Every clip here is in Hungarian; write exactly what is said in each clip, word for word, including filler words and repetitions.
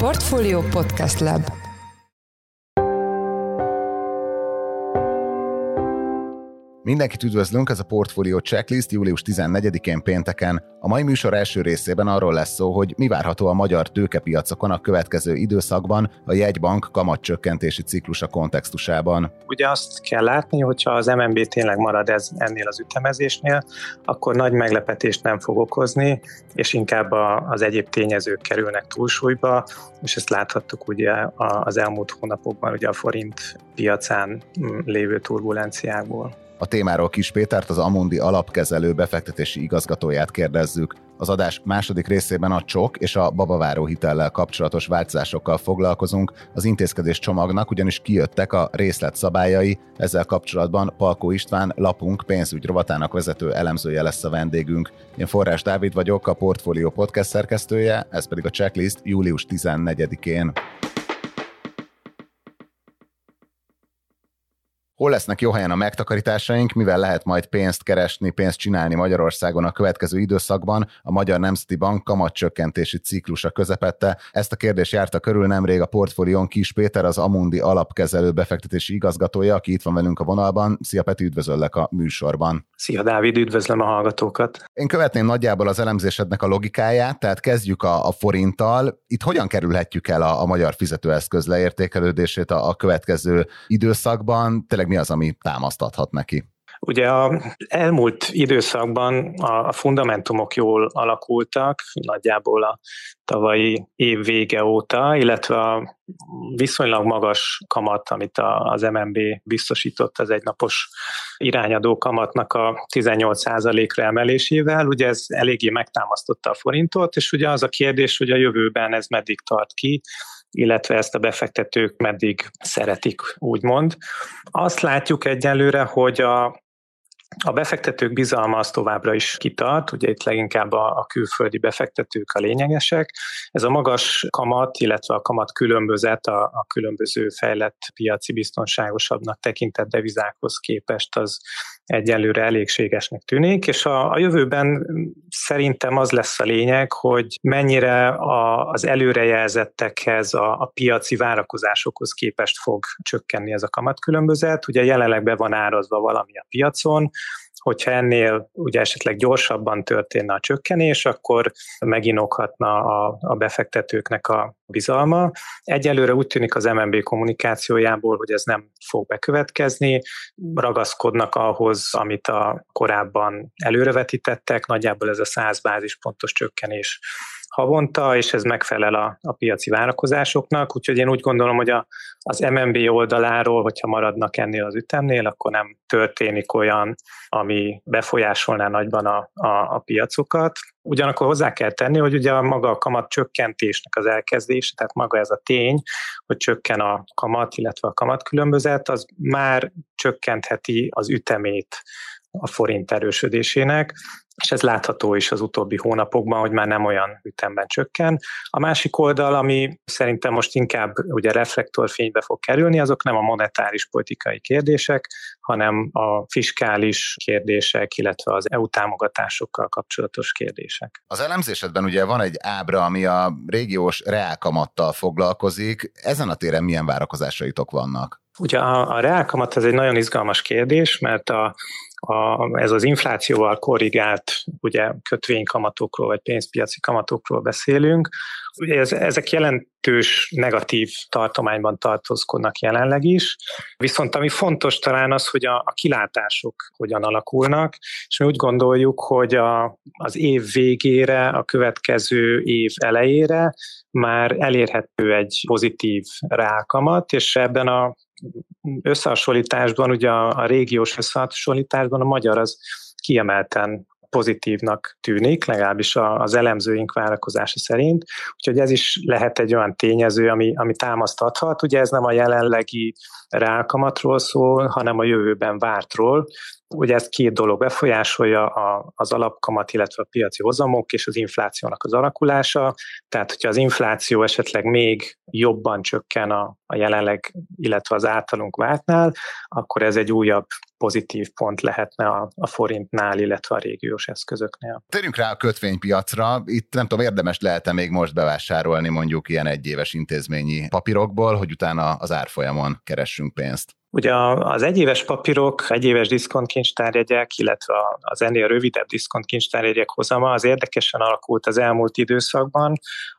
Portfolio Podcast Lab. Mindenkit üdvözlünk, ez a Portfolio Checklist július tizennegyedikén pénteken. A mai műsor első részében arról lesz szó, hogy mi várható a magyar tőkepiacokon a következő időszakban a jegybank kamatcsökkentési ciklusa kontextusában. Ugye azt kell látni, hogyha az em en bé tényleg marad ez ennél az ütemezésnél, akkor nagy meglepetést nem fog okozni, és inkább az egyéb tényezők kerülnek túlsúlyba, és ezt láthattuk ugye az elmúlt hónapokban ugye a forint piacán lévő turbulenciákból. A témáról Kiss Pétert, az Amundi alapkezelő befektetési igazgatóját kérdezzük. Az adás második részében a csok és a babaváró hitellel kapcsolatos változásokkal foglalkozunk. Az intézkedés csomagnak ugyanis kijöttek a részletszabályai, ezzel kapcsolatban Palkó István, lapunk pénzügy rovatának vezető elemzője lesz a vendégünk. Én Forrás Dávid vagyok, a Portfolio Podcast szerkesztője, ez pedig a Checklist július tizennegyedikén. Hol lesznek jó helyen a megtakarításaink, mivel lehet majd pénzt keresni, pénzt csinálni Magyarországon a következő időszakban? A Magyar Nemzeti Bank kamatcsökkentési ciklusa közepette. Ezt a kérdést járta körül nemrég a Portfólión Kiss Péter, az Amundi alapkezelő befektetési igazgatója, aki itt van velünk a vonalban. Szia Peti, üdvözöllek a műsorban. Szia Dávid, üdvözlöm a hallgatókat. Én követném nagyjából az elemzésednek a logikáját, tehát kezdjük a, a forinttal. Itt hogyan kerülhetjük el a, a magyar fizetőeszköz leértékelődését a, a következő időszakban? Tényleg mi az, ami támasztathat neki? Ugye az elmúlt időszakban a fundamentumok jól alakultak, nagyjából a tavalyi év vége óta, illetve a viszonylag magas kamat, amit az em en bé biztosított az egynapos irányadó kamatnak a tizennyolc százalékra emelésével, ugye ez eléggé megtámasztotta a forintot, és ugye az a kérdés, hogy a jövőben ez meddig tart ki, illetve ezt a befektetők meddig szeretik, úgymond. Azt látjuk egyelőre, hogy a A befektetők bizalma az továbbra is kitart, ugye itt leginkább a, a külföldi befektetők a lényegesek. Ez a magas kamat, illetve a kamat különbözet a, a különböző fejlett piaci biztonságosabbnak tekintett devizákhoz képest az egyelőre elégségesnek tűnik, és a, a jövőben szerintem az lesz a lényeg, hogy mennyire a, az előrejelzettekhez, a, a piaci várakozásokhoz képest fog csökkenni ez a kamatkülönbözet. Ugye jelenleg be van árazva valami a piacon, hogyha ennél ugye esetleg gyorsabban történne a csökkenés, akkor meginokhatna a, a befektetőknek a bizalma. Egyelőre úgy tűnik az em en bé kommunikációjából, hogy ez nem fog bekövetkezni, ragaszkodnak ahhoz, amit a korábban előrevetítettek, nagyjából ez a száz bázispontos csökkenés havonta, és ez megfelel a, a piaci várakozásoknak, úgyhogy én úgy gondolom, hogy a, az em en bé oldaláról, hogyha maradnak ennél az ütemnél, akkor nem történik olyan, ami befolyásolná nagyban a, a, a piacokat. Ugyanakkor hozzá kell tenni, hogy ugye maga a kamat csökkentésnek az elkezdése, tehát maga ez a tény, hogy csökken a kamat, illetve a kamatkülönbözet, az már csökkentheti az ütemét a forint erősödésének, és ez látható is az utóbbi hónapokban, hogy már nem olyan ütemben csökken. A másik oldal, ami szerintem most inkább ugye reflektorfénybe fog kerülni, azok nem a monetáris politikai kérdések, hanem a fiskális kérdések, illetve az é u támogatásokkal kapcsolatos kérdések. Az elemzésedben ugye van egy ábra, ami a régiós reálkamattal foglalkozik. Ezen a téren milyen várakozásaitok vannak? Ugye a, a reálkamat ez egy nagyon izgalmas kérdés, mert a A, ez az inflációval korrigált ugye, kötvénykamatokról vagy pénzpiaci kamatokról beszélünk. Ugye ez, ezek jelentős negatív tartományban tartózkodnak jelenleg is, viszont ami fontos talán az, hogy a, a kilátások hogyan alakulnak, és mi úgy gondoljuk, hogy a, az év végére, a következő év elejére már elérhető egy pozitív reálkamat, és ebben a összehasonlításban, ugye a, a régiós összehasonlításban a magyar az kiemelten pozitívnak tűnik, legalábbis az elemzőink várakozása szerint, úgyhogy ez is lehet egy olyan tényező, ami, ami támasztathat. Ugye ez nem a jelenlegi reálkamatról szól, hanem a jövőben vártról, Ugye ezt két dolog befolyásolja, az alapkamat, illetve a piaci hozamok és az inflációnak az alakulása. Tehát, hogyha az infláció esetleg még jobban csökken a, a jelenleg, illetve az általunk vártnál, akkor ez egy újabb pozitív pont lehetne a, a forintnál, illetve a régiós eszközöknél. Térjünk rá a kötvénypiacra. Itt nem tudom, érdemes lehet-e még most bevásárolni mondjuk ilyen egyéves intézményi papírokból, hogy utána az árfolyamon keressünk pénzt. Ugye az egyéves papírok, egyéves diszkontkincstárjegyek, illetve az ennél rövidebb diszkontkincstárjegyek hozama az érdekesen alakult az elmúlt időszakban.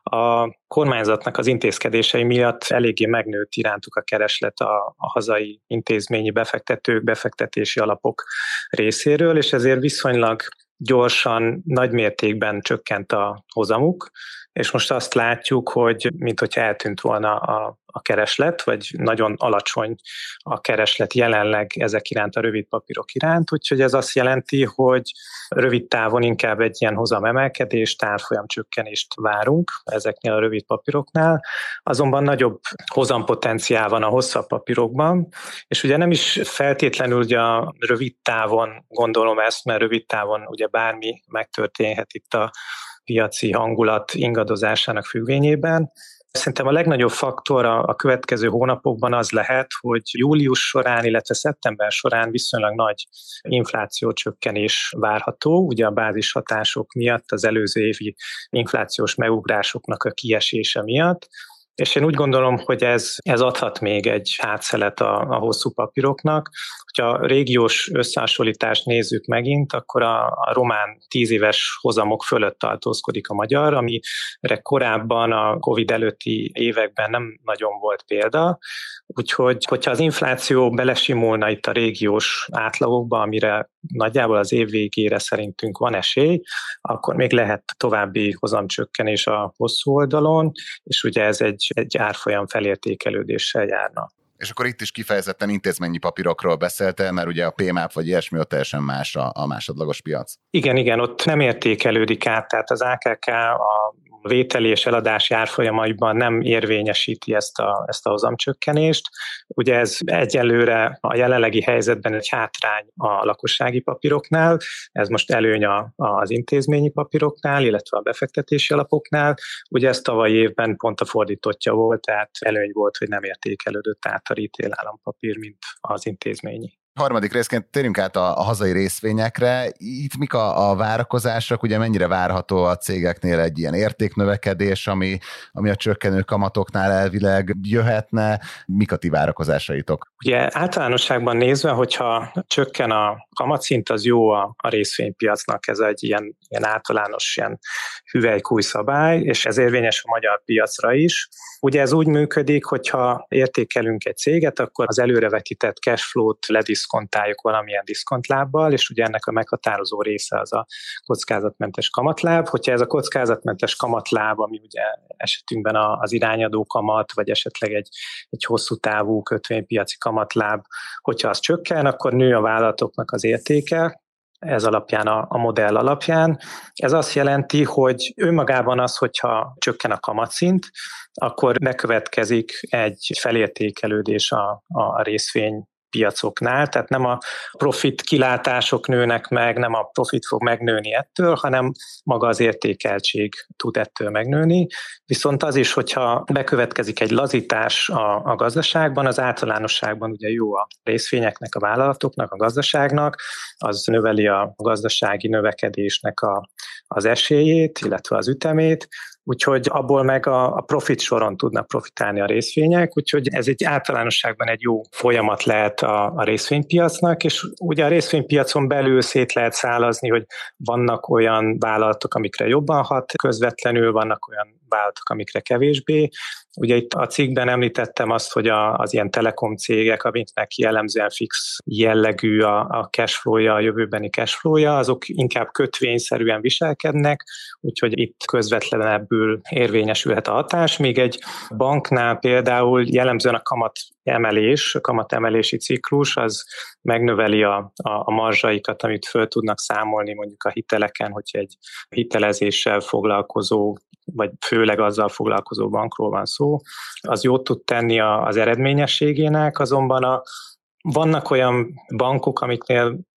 A kormányzatnak az intézkedései miatt eléggé megnőtt irántuk a kereslet a, a hazai intézményi befektetők, befektetési alapok részéről, és ezért viszonylag gyorsan, nagy mértékben csökkent a hozamuk, és most azt látjuk, hogy minthogyha eltűnt volna a, a kereslet, vagy nagyon alacsony a kereslet jelenleg ezek iránt, a rövid papírok iránt, úgyhogy ez azt jelenti, hogy rövid távon inkább egy ilyen hozamemelkedést, árfolyam csökkenést várunk ezeknél a rövid papíroknál, azonban nagyobb hozampotenciál van a hosszabb papírokban, és ugye nem is feltétlenül ugye a rövid távon gondolom ezt, mert rövid távon ugye bármi megtörténhet itt a piaci hangulat ingadozásának függvényében. Szerintem a legnagyobb faktor a, a következő hónapokban az lehet, hogy július során, illetve szeptember során viszonylag nagy inflációcsökkenés várható, ugye a bázishatások miatt, az előző évi inflációs megugrásoknak a kiesése miatt, és én úgy gondolom, hogy ez, ez adhat még egy hátszelet a, a hosszú papíroknak. Ha a régiós összehasonlítást nézzük megint, akkor a, a román tíz éves hozamok fölött tartózkodik a magyar, amire korábban a Covid előtti években nem nagyon volt példa. Úgyhogy, hogyha az infláció belesimulna itt a régiós átlagokba, amire nagyjából az év végére szerintünk van esély, akkor még lehet további hozamcsökkenés a hosszú oldalon, és ugye ez egy, egy árfolyam felértékelődéssel járna. És akkor itt is kifejezetten intézményi papírokról beszélte, mert ugye a pé em á pé vagy ilyesmi ott teljesen más a, a másodlagos piac. Igen, igen, ott nem értékelődik át, tehát az á ká ká a vételi és eladási árfolyamaiban nem érvényesíti ezt a, ezt a hozamcsökkenést. Ugye ez egyelőre a jelenlegi helyzetben egy hátrány a lakossági papíroknál, ez most előny a, az intézményi papíroknál, illetve a befektetési alapoknál. Ugye ez tavalyi évben pont a fordítottja volt, tehát előny volt, hogy nem értékelődött át a retail állampapír, mint az intézményi. Harmadik részként térjünk át a, a hazai részvényekre. Itt mik a, a várakozások, ugye mennyire várható a cégeknél egy ilyen értéknövekedés, ami, ami a csökkenő kamatoknál elvileg jöhetne? Mik a ti várakozásaitok? Ugye általánosságban nézve, hogyha csökken a kamatszint, az jó a, a részvénypiacnak, ez egy ilyen, ilyen általános ilyen hüvelykúj szabály, és ez érvényes a magyar piacra is. Ugye ez úgy működik, hogyha értékelünk egy céget, akkor az előrevetített cashflow-t lediszkontáljuk valamilyen diszkontlábbal, és ugye ennek a meghatározó része az a kockázatmentes kamatláb. Hogyha ez a kockázatmentes kamatláb, ami ugye esetünkben az irányadó kamat, vagy esetleg egy, egy hosszú távú kötvénypiaci kamatláb, hogyha az csökken, akkor nő a vállalatoknak az értéke, ez alapján, a, a modell alapján. Ez azt jelenti, hogy önmagában az, hogyha csökken a kamatszint, akkor bekövetkezik egy felértékelődés a, a részvény piacoknál, tehát nem a profit kilátások nőnek meg, nem a profit fog megnőni ettől, hanem maga az értékeltség tud ettől megnőni. Viszont az is, hogyha bekövetkezik egy lazítás a, a gazdaságban, az általánosságban ugye jó a részvényeknek, a vállalatoknak, a gazdaságnak, az növeli a gazdasági növekedésnek a, az esélyét, illetve az ütemét, úgyhogy abból meg a, a profit soron tudnak profitálni a részvények, úgyhogy ez egy általánosságban egy jó folyamat lehet a, a részvénypiacnak, és ugye a részvénypiacon belül szét lehet szálazni, hogy vannak olyan vállalatok, amikre jobban hat közvetlenül, vannak olyan vállalatok, amikre kevésbé. Ugye itt a cikkben említettem azt, hogy a, az ilyen telekom cégek, amiknek jellemzően fix jellegű a, a cashflow-ja, a jövőbeni cashflow-ja, azok inkább kötvényszerűen viselkednek, úgyhogy itt közvetlenebbül érvényesülhet a hatás, míg egy banknál például jellemzően a kamat emelés, a kamatemelési ciklus, az megnöveli a, a, a marzsaikat, amit föl tudnak számolni mondjuk a hiteleken, hogyha egy hitelezéssel foglalkozó, vagy főleg azzal foglalkozó bankról van szó, az jót tud tenni az eredményességének, azonban a, vannak olyan bankok, amiknél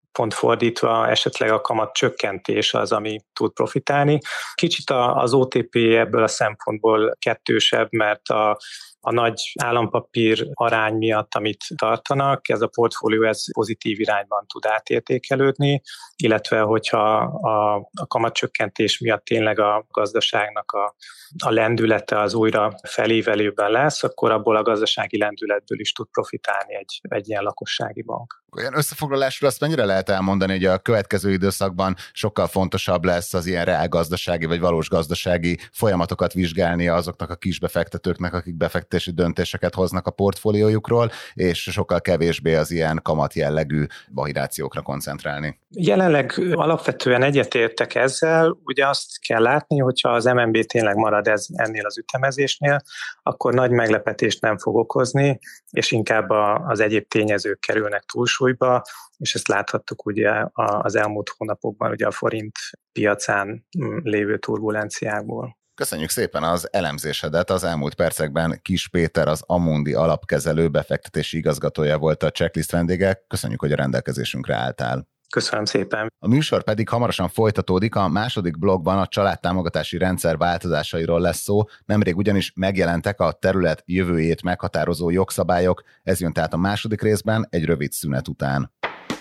pont fordítva esetleg a kamat csökkentés az, ami tud profitálni. Kicsit az o té pé ebből a szempontból kettősebb, mert a A nagy állampapír arány miatt, amit tartanak, ez a portfólió ez pozitív irányban tud átértékelődni, illetve hogyha a, a kamatcsökkentés miatt tényleg a gazdaságnak a, a lendülete az újra felévelőben lesz, akkor abból a gazdasági lendületből is tud profitálni egy, egy ilyen lakossági bank. Olyan összefoglalásról azt mennyire lehet elmondani, hogy a következő időszakban sokkal fontosabb lesz az ilyen reálgazdasági vagy valós gazdasági folyamatokat vizsgálnia azoknak a kisbefektetőknek, akik befektetési döntéseket hoznak a portfóliójukról, és sokkal kevésbé az ilyen kamat jellegű vahidációkra koncentrálni. Jelenleg alapvetően egyetértek ezzel, ugye azt kell látni, hogyha az em en bé tényleg marad ez, ennél az ütemezésnél, akkor nagy meglepetést nem fog okozni, és inkább az egyéb tényezők kerülnek túlsúlyba, és ezt láthattuk ugye az elmúlt hónapokban ugye a forint piacán lévő turbulenciákból. Köszönjük szépen az elemzésedet. Az elmúlt percekben Kiss Péter, az Amundi alapkezelő befektetési igazgatója volt a Checklist vendége. Köszönjük, hogy a rendelkezésünkre álltál. Köszönöm szépen. A műsor pedig hamarosan folytatódik, a második blogban a családtámogatási rendszer változásairól lesz szó, nemrég ugyanis megjelentek a terület jövőjét meghatározó jogszabályok, ez jön tehát a második részben egy rövid szünet után.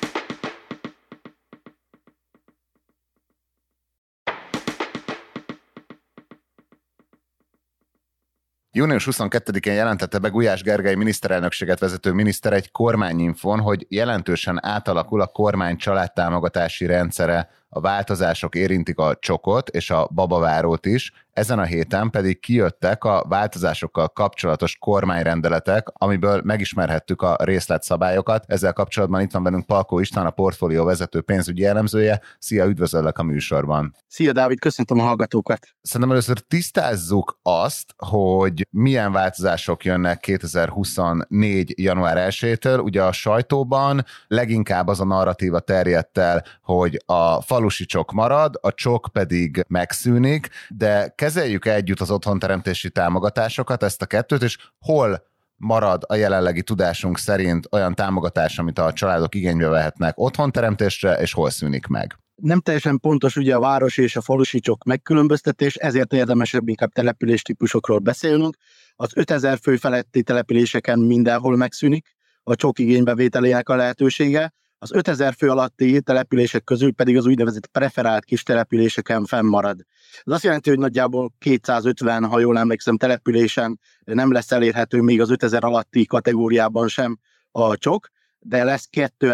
június huszonkettedikén jelentette be Gulyás Gergely miniszterelnökséget vezető miniszter egy kormányinfon, hogy jelentősen átalakul a kormány családtámogatási rendszere. A változások érintik a csokot és a babavárót is, ezen a héten pedig kijöttek a változásokkal kapcsolatos kormányrendeletek, amiből megismerhettük a részletszabályokat. Ezzel kapcsolatban itt van velünk Palkó István, a portfólió vezető pénzügyi elemzője. Szia, üdvözöllek a műsorban. Szia, Dávid, köszöntöm a hallgatókat. Szerintem először tisztázzuk azt, hogy milyen változások jönnek kétezer-huszonnégy. január elsejétől. Ugye a sajtóban leginkább az a narratíva terjedt el, hogy a falusi csok marad, a csok pedig megszűnik, de kezeljük együtt az otthonteremtési támogatásokat, ezt a kettőt, és hol marad a jelenlegi tudásunk szerint olyan támogatás, amit a családok igénybe vehetnek otthonteremtésre, és hol szűnik meg? Nem teljesen pontos ugye a városi és a falusi csok megkülönböztetés, ezért érdemesebb inkább településtípusokról beszélnünk. Az ötezer fő feletti településeken mindenhol megszűnik a csok igénybevételének a lehetősége, az ötezer fő alatti települések közül pedig az úgynevezett preferált kis településeken fennmarad. Ez azt jelenti, hogy nagyjából kétszázötven, ha jól emlékszem, településen nem lesz elérhető még az ötezer alatti kategóriában sem a csok, de lesz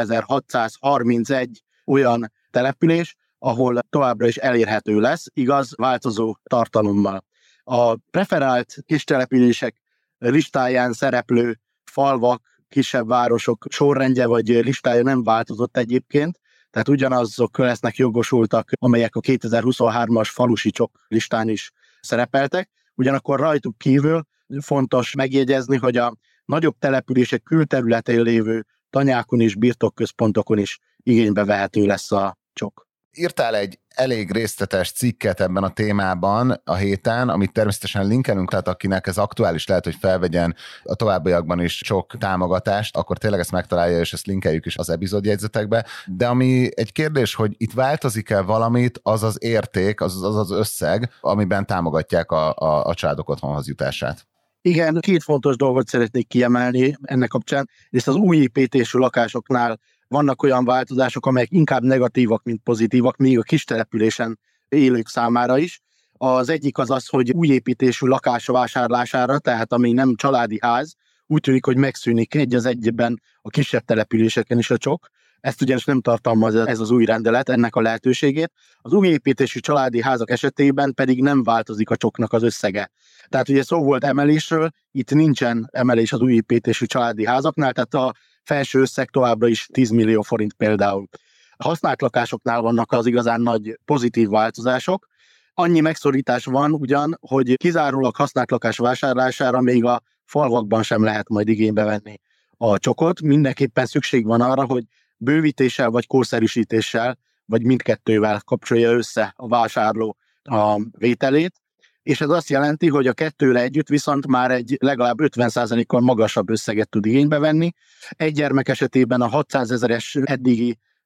kétezer-hatszázharmincegy olyan település, ahol továbbra is elérhető lesz, igaz, változó tartalommal. A preferált kis települések listáján szereplő falvak, kisebb városok sorrendje vagy listája nem változott egyébként, tehát ugyanazok lesznek jogosultak, amelyek a kétezer-huszonhármas falusi csok listán is szerepeltek. Ugyanakkor rajtuk kívül fontos megjegyezni, hogy a nagyobb települések külterületén lévő tanyákon és birtokközpontokon is igénybe vehető lesz a csok. Írtál egy elég részletes cikket ebben a témában a héten, amit természetesen linkelünk, tehát akinek ez aktuális lehet, hogy felvegyen a továbbiakban is sok támogatást, akkor tényleg ezt megtalálja, és ezt linkeljük is az epizódjegyzetekbe. De ami egy kérdés, hogy itt változik-e valamit, az az érték, az az, az összeg, amiben támogatják a, a, a családok otthonhoz jutását. Igen, két fontos dolgot szeretnék kiemelni ennek kapcsán. És az új építésű lakásoknál vannak olyan változások, amelyek inkább negatívak, mint pozitívak, még a kis településen élők számára is. Az egyik az az, hogy új építésű lakás vásárlására, tehát ami nem családi ház, úgy tűnik, hogy megszűnik egy az egyben a kisebb településeken is a csok. Ezt ugyanis nem tartalmaz ez az új rendelet, ennek a lehetőségét. Az új építésű családi házak esetében pedig nem változik a csoknak az összege. Tehát ugye szó volt emelésről, itt nincsen emelés az új építésű családi házaknál, tehát a felső összeg továbbra is tíz millió forint például. A használt lakásoknál vannak az igazán nagy pozitív változások. Annyi megszorítás van ugyan, hogy kizárólag használt lakás vásárlására még a falvakban sem lehet majd igénybe venni a csokot. Mindenképpen szükség van arra, hogy bővítéssel vagy korszerűsítéssel, vagy mindkettővel kapcsolja össze a vásárló a vételét, és ez azt jelenti, hogy a kettőre együtt viszont már egy legalább ötven százalékkal magasabb összeget tud igénybe venni. Egy gyermek esetében a hatszázezeres eddigi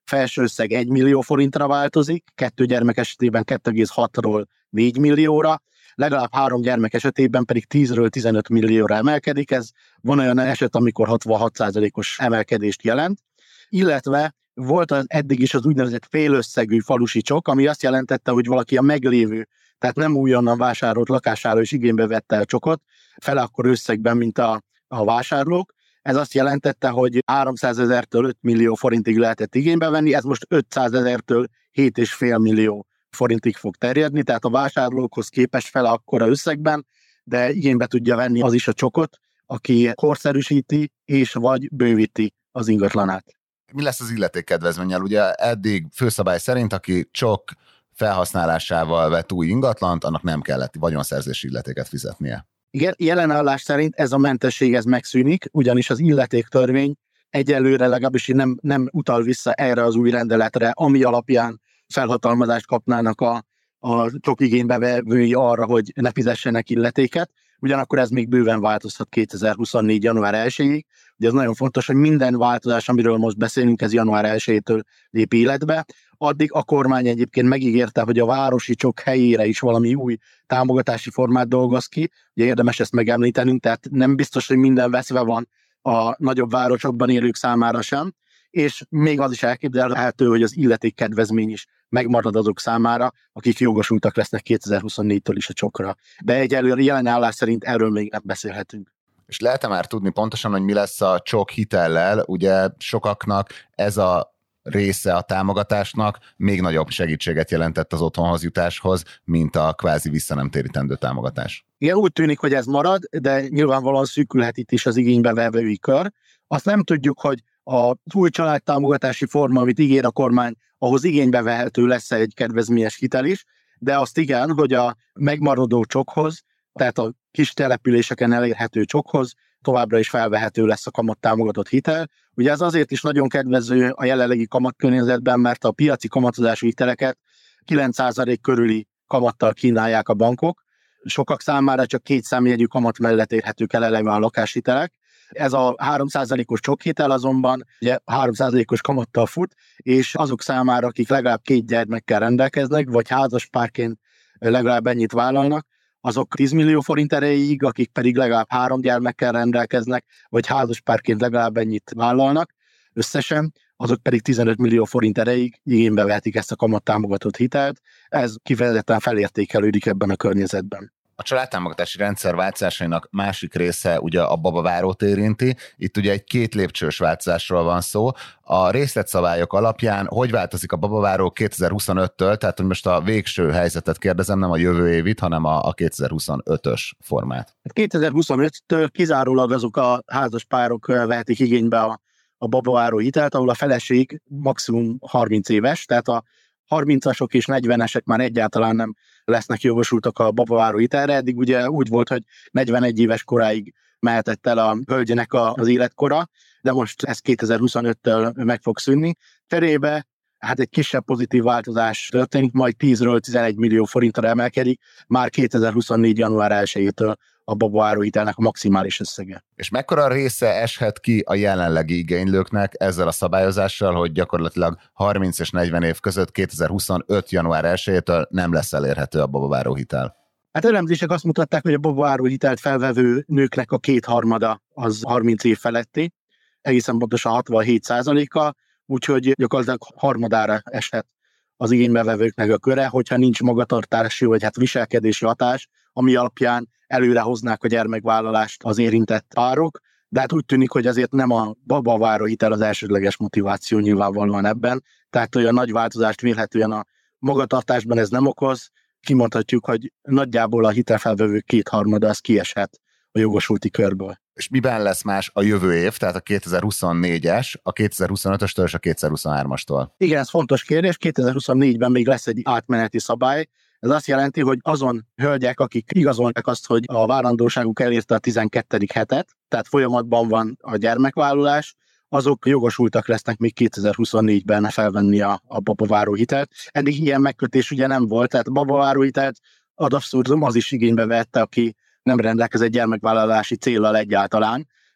felső összeg egy millió forintra változik, kettő gyermek esetében kettő egész hatról négy millióra, legalább három gyermek esetében pedig tízről tizenöt millióra emelkedik. Ez van olyan eset, amikor hatvanhat százalékos emelkedést jelent, illetve volt az eddig is az úgynevezett félösszegű falusi csok, ami azt jelentette, hogy valaki a meglévő, tehát nem újonnan vásárolt lakására is igénybe vette a csokot, fele akkor összegben, mint a, a vásárlók. Ez azt jelentette, hogy háromszázezertől öt millió forintig lehetett igénybe venni, ez most ötszázezertől hét egész öt millió forintig fog terjedni, tehát a vásárlókhoz képest fele akkora összegben, de igénybe tudja venni az is a csokot, aki korszerűsíti és vagy bővíti az ingatlanát. Mi lesz az illetékkedvezménnyel? Ugye eddig főszabály szerint, aki csok felhasználásával vett új ingatlant, annak nem kellett vagyonszerzési illetéket fizetnie. Igen, jelen állás szerint ez a mentesség ez megszűnik, ugyanis az illetéktörvény egyelőre legalábbis nem, nem utal vissza erre az új rendeletre, ami alapján felhatalmazást kapnának a, a csok igénybevevői arra, hogy ne fizessenek illetéket. Ugyanakkor ez még bőven változhat kétezer-huszonnégy. január elsejéig. Ugye ez nagyon fontos, hogy minden változás, amiről most beszélünk, ez január elsejétől lép életbe. Addig a kormány egyébként megígérte, hogy a városi csok helyére is valami új támogatási formát dolgoz ki. Ugye érdemes ezt megemlítenünk, tehát nem biztos, hogy minden veszve van a nagyobb városokban élők számára sem, és még az is elképzelhető, hogy az illetékkedvezmény is megmarad azok számára, akik jogosultak lesznek kétezer-huszonnégytől is a csokra. De egyelőre jelen állás szerint erről még nem beszélhetünk. És lehet-e már tudni pontosan, hogy mi lesz a csok hitellel? Ugye sokaknak ez a része a támogatásnak még nagyobb segítséget jelentett az otthonhoz jutáshoz, mint a kvázi visszanemtérítendő támogatás. Igen, úgy tűnik, hogy ez marad, de nyilvánvalóan szűkülhet itt is az igénybevevői kör. Azt nem tudjuk, hogy az új családtámogatási forma, amit ígér a kormány, ahhoz igénybe vehető lesz egy kedvezményes hitel is, de azt igen, hogy a megmaradó csokhoz, tehát a kis településeken elérhető csokhoz továbbra is felvehető lesz a kamattámogatott hitel. Ugye ez azért is nagyon kedvező a jelenlegi kamatkörnyezetben, mert a piaci kamatozású hiteleket kilenc százalék körüli kamattal kínálják a bankok. Sokak számára csak két számjegyű kamat mellett érhetők el eleve a lakáshitelek. Ez a három százalékos csokhitel azonban ugye három százalékos kamattal fut, és azok számára, akik legalább két gyermekkel rendelkeznek, vagy házaspárként legalább ennyit vállalnak, azok tíz millió forint erejéig, akik pedig legalább három gyermekkel rendelkeznek, vagy házaspárként legalább ennyit vállalnak összesen, azok pedig tizenöt millió forint erejéig igénybe vehetik ezt a kamattámogatott hitelt. Ez kifejezetten felértékelődik ebben a környezetben. A családtámogatási rendszer változásainak másik része ugye a babavárót érinti. Itt ugye egy két lépcsős változásról van szó. A részletszabályok alapján hogy változik a babaváró kétezer-huszonöttől, tehát hogy most a végső helyzetet kérdezem, nem a jövő évit, hanem a, a kétezer-huszonötös formát. kétezer-huszonöttől kizárólag azok a házas párok vehetik igénybe a, a babaváró hitelt, ahol a feleség maximum harminc éves, tehát a harmincasok és negyvenesek már egyáltalán nem lesznek jogosultak a babaváró hitelre. Eddig ugye úgy volt, hogy negyvenegy éves koráig mehetett el a hölgynek az életkora, de most ez kétezer-huszonöttől meg fog szűnni. Cserébe hát egy kisebb pozitív változás történik, majd tízről tizenegy millió forintra emelkedik, már kétezer-huszonnégy. január elsejétől a babaváró hitelnek a maximális összege. És mekkora része eshet ki a jelenlegi igénylőknek ezzel a szabályozással, hogy gyakorlatilag harminc és negyven év között kétezer-huszonöt. január elsejétől nem lesz elérhető a babaváró hitel? Hát elemzések azt mutatták, hogy a babaváró hitelt felvevő nőknek a kétharmada az harminc év feletti, egészen pontosan hatvanhét százaléka, úgyhogy gyakorlatilag harmadára eshet az igénybevevőknek a köre, hogyha nincs magatartási vagy hát viselkedési hatás, ami alapján előrehoznák a gyermekvállalást az érintett párok, de hát úgy tűnik, hogy azért nem a babaváró hitel az elsődleges motiváció nyilvánvalóan ebben, tehát olyan nagy változást vélhetően a magatartásban ez nem okoz, kimondhatjuk, hogy nagyjából a hitelfelvevők kétharmada az kieshet a jogosulti körből. És miben lesz más a jövő év, tehát a kétezer-huszonnégyes, a kétezer-huszonötöstől és a kétezer-huszonhármastól? Igen, ez fontos kérdés. kétezer-huszonnégyben még lesz egy átmeneti szabály. Ez azt jelenti, hogy azon hölgyek, akik igazolták azt, hogy a várandóságuk elérte a tizenkettedik hetet, tehát folyamatban van a gyermekvállalás, azok jogosultak lesznek még kétezer-huszonnégyben felvenni a, a babaváró hitelt. Eddig ilyen megkötés ugye nem volt, tehát a babaváró hitelt ad abszurdum az is igénybe vette, aki nem rendelkezett gyermekvállalási céllal egyáltalán.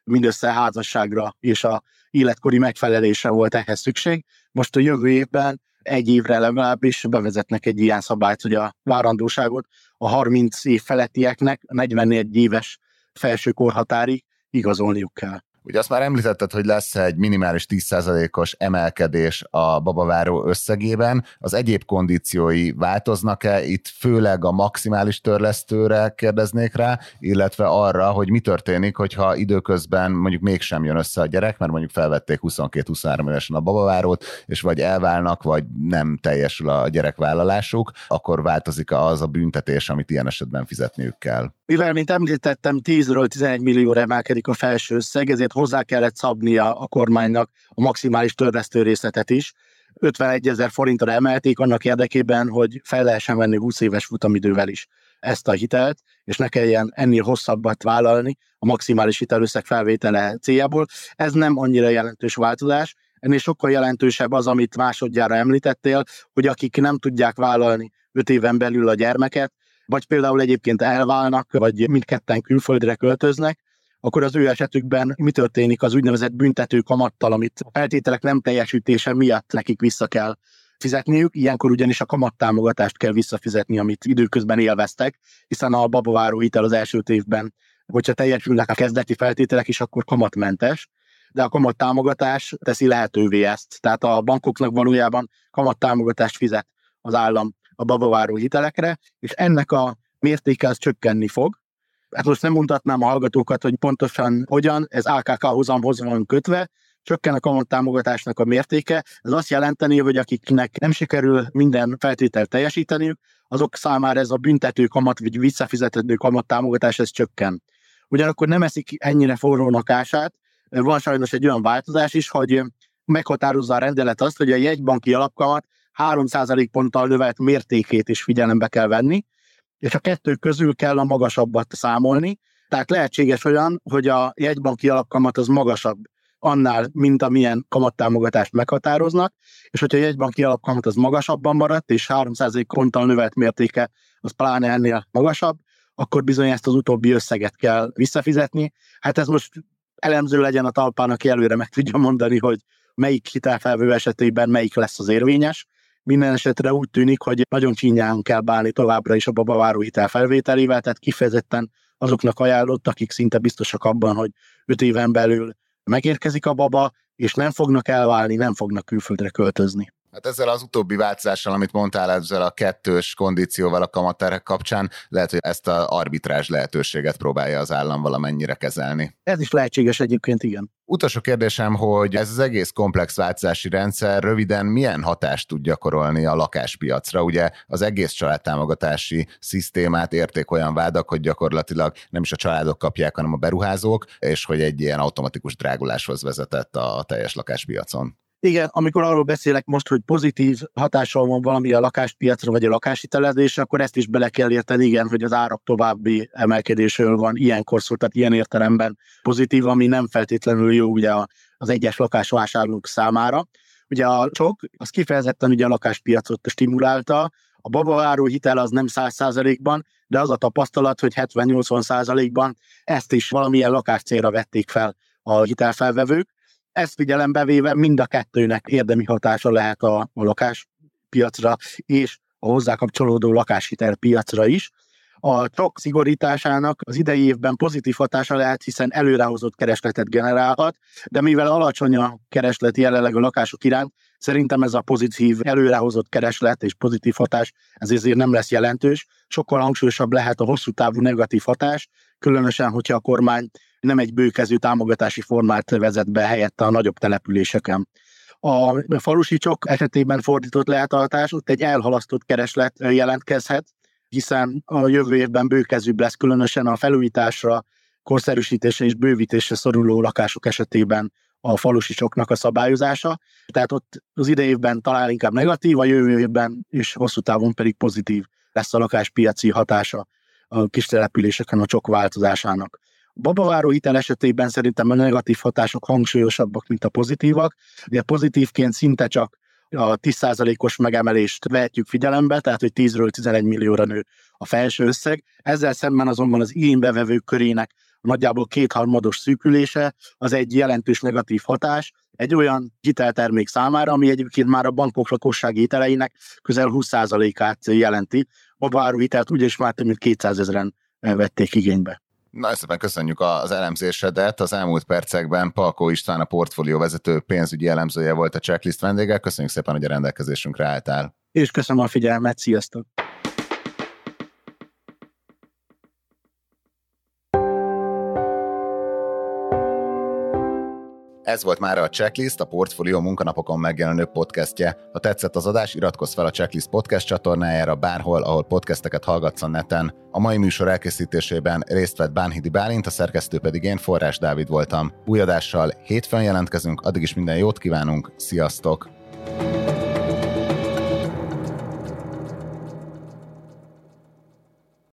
mindössze házasságra és a életkori megfelelésre volt ehhez szükség. Most a jövő évben egy évre legalábbis bevezetnek egy ilyen szabályt, hogy a várandóságot a harminc év felettieknek negyvennégy éves felső korhatárig igazolniuk kell. Ugye azt már említetted, hogy lesz egy minimális tíz százalékos emelkedés a babaváró összegében. Az egyéb kondíciói változnak-e? Itt főleg a maximális törlesztőre kérdeznék rá, illetve arra, hogy mi történik, hogyha időközben mondjuk mégsem jön össze a gyerek, mert mondjuk felvették huszonkettő-huszonhárom évesen a babavárót, és vagy elválnak, vagy nem teljesül a gyerekvállalásuk, akkor változik az a büntetés, amit ilyen esetben fizetniük kell. Mivel, mint említettem, tízről tizenegy millióra emelkedik a felső összeg, ezért hozzá kellett szabnia a kormánynak a maximális törlesztő részletet is. ötvenegyezer forintra emelték annak érdekében, hogy fel lehessen venni húsz éves futamidővel is ezt a hitelt, és ne kelljen ennél hosszabbat vállalni a maximális hitelösszeg felvétele céljából. Ez nem annyira jelentős változás, ennél sokkal jelentősebb az, amit másodjára említettél, hogy akik nem tudják vállalni öt éven belül a gyermeket, vagy például egyébként elválnak, vagy mindketten külföldre költöznek, akkor az ő esetükben mi történik az úgynevezett büntető kamattal, amit a feltételek nem teljesítése miatt nekik vissza kell fizetniük, ilyenkor ugyanis a kamattámogatást kell visszafizetni, amit időközben élveztek, hiszen a babaváró hitel az első évben, hogyha teljesülnek a kezdeti feltételek is, akkor kamatmentes, de a kamattámogatás teszi lehetővé ezt. Tehát a bankoknak valójában kamattámogatást fizet az állam a babaváró hitelekre, és ennek a mértéke az csökkenni fog. Hát most nem mutatnám a hallgatókat, hogy pontosan hogyan, ez á ká ká hozamhoz van kötve, csökken a kamattámogatásnak a mértéke. Ez azt jelenteni, hogy akiknek nem sikerül minden feltételt teljesíteniük, azok számára ez a büntető kamat, vagy visszafizethető kamattámogatás, ez csökken. Ugyanakkor nem eszik ennyire forrónak ását. Van sajnos egy olyan változás is, hogy meghatározza a rendelet azt, hogy a jegybanki alapkamat három százalékponttal növelt mértékét is figyelembe kell venni, és a kettő közül kell a magasabbat számolni. Tehát lehetséges olyan, hogy a jegybanki alapkamat az magasabb annál, mint amilyen kamattámogatást meghatároznak, és hogyha a jegybanki alapkamat az magasabban maradt, és három százalékponttal növelt mértéke az pláne ennél magasabb, akkor bizony ezt az utóbbi összeget kell visszafizetni. Hát ez most elemző legyen a talpán, aki előre meg tudja mondani, hogy melyik hitelfelvevő esetében melyik lesz az érvényes. Minden esetre úgy tűnik, hogy nagyon csínyán kell bánni továbbra is a babaváró hitel felvételével, tehát kifejezetten azoknak ajánlott, akik szinte biztosak abban, hogy öt éven belül megérkezik a baba, és nem fognak elválni, nem fognak külföldre költözni. Hát ezzel az utóbbi változással, amit mondtál, ezzel a kettős kondícióval a kamatterhek kapcsán, lehet, hogy ezt az arbitrázs lehetőséget próbálja az állam valamennyire kezelni. Ez is lehetséges egyébként, igen. Utolsó kérdésem, hogy ez az egész komplex változási rendszer röviden milyen hatást tud gyakorolni a lakáspiacra? Ugye az egész családtámogatási szisztémát érték olyan vádak, hogy gyakorlatilag nem is a családok kapják, hanem a beruházók, és hogy egy ilyen automatikus dráguláshoz vezetett a teljes lakáspiacon. Igen, amikor arról beszélek most, hogy pozitív hatással van valami a lakáspiacra vagy a lakáshitelezésre, akkor ezt is bele kell érteni, igen, hogy az árak további emelkedésről van ilyenkor szó, tehát ilyen értelemben pozitív, ami nem feltétlenül jó ugye az egyes lakásvásárlók számára. Ugye a csok, az kifejezetten ugye a lakáspiacot stimulálta, a babaváró hitel az nem száz százalékban, de az a tapasztalat, hogy hetven-nyolcvan százalékban ezt is valamilyen lakáscélra vették fel a hitelfelvevők. Ezt figyelembe véve mind a kettőnek érdemi hatása lehet a, a lakáspiacra és a hozzá kapcsolódó lakáshitelpiacra is. A csok szigorításának az idei évben pozitív hatása lehet, hiszen előrehozott keresletet generálhat, de mivel alacsony a kereslet jelenleg a lakások iránt, szerintem ez a pozitív előrehozott kereslet és pozitív hatás ez ezért nem lesz jelentős. Sokkal hangsúlyosabb lehet a hosszú távú negatív hatás, különösen, hogyha a kormány nem egy bőkezű támogatási formát vezet be helyette a nagyobb településeken. A falusi csok esetében fordított lehet a hatás, ott egy elhalasztott kereslet jelentkezhet, hiszen a jövő évben bőkezűbb lesz, különösen a felújításra, korszerűsítésre és bővítésre szoruló lakások esetében a falusi csoknak a szabályozása. Tehát ott az idei évben talán inkább negatív, a jövő évben és hosszú távon pedig pozitív lesz a lakáspiaci hatása a kis településeken a csok változásának. A babaváró hitel esetében szerintem a negatív hatások hangsúlyosabbak, mint a pozitívak. Ugye pozitívként szinte csak a tíz százalékos megemelést vehetjük figyelembe, tehát hogy tízről tizenegy millióra nő a felső összeg. Ezzel szemben azonban az igénybevevők körének nagyjából kétharmados szűkülése az egy jelentős negatív hatás egy olyan hiteltermék számára, ami egyébként már a bankok lakossági hiteleinek közel húsz százalékát jelenti. A váróhitelt úgyis már több mint kétszázezren vették igénybe. Nagyon szépen köszönjük az elemzésedet. Az elmúlt percekben Palkó István, a portfólió vezető pénzügyi elemzője volt a Checklist vendége. Köszönjük szépen, hogy a rendelkezésünkre álltál. És köszönöm a figyelmet, sziasztok! Ez volt már a Checklist, a Portfólió munkanapokon megjelenő podcastje. Ha tetszett az adás, iratkozz fel a Checklist podcast csatornájára bárhol, ahol podcasteket hallgatsz a neten. A mai műsor elkészítésében részt vett Bánhidi Bálint, a szerkesztő pedig én, Forrás Dávid voltam. Új adással hétfőn jelentkezünk, addig is minden jót kívánunk, sziasztok!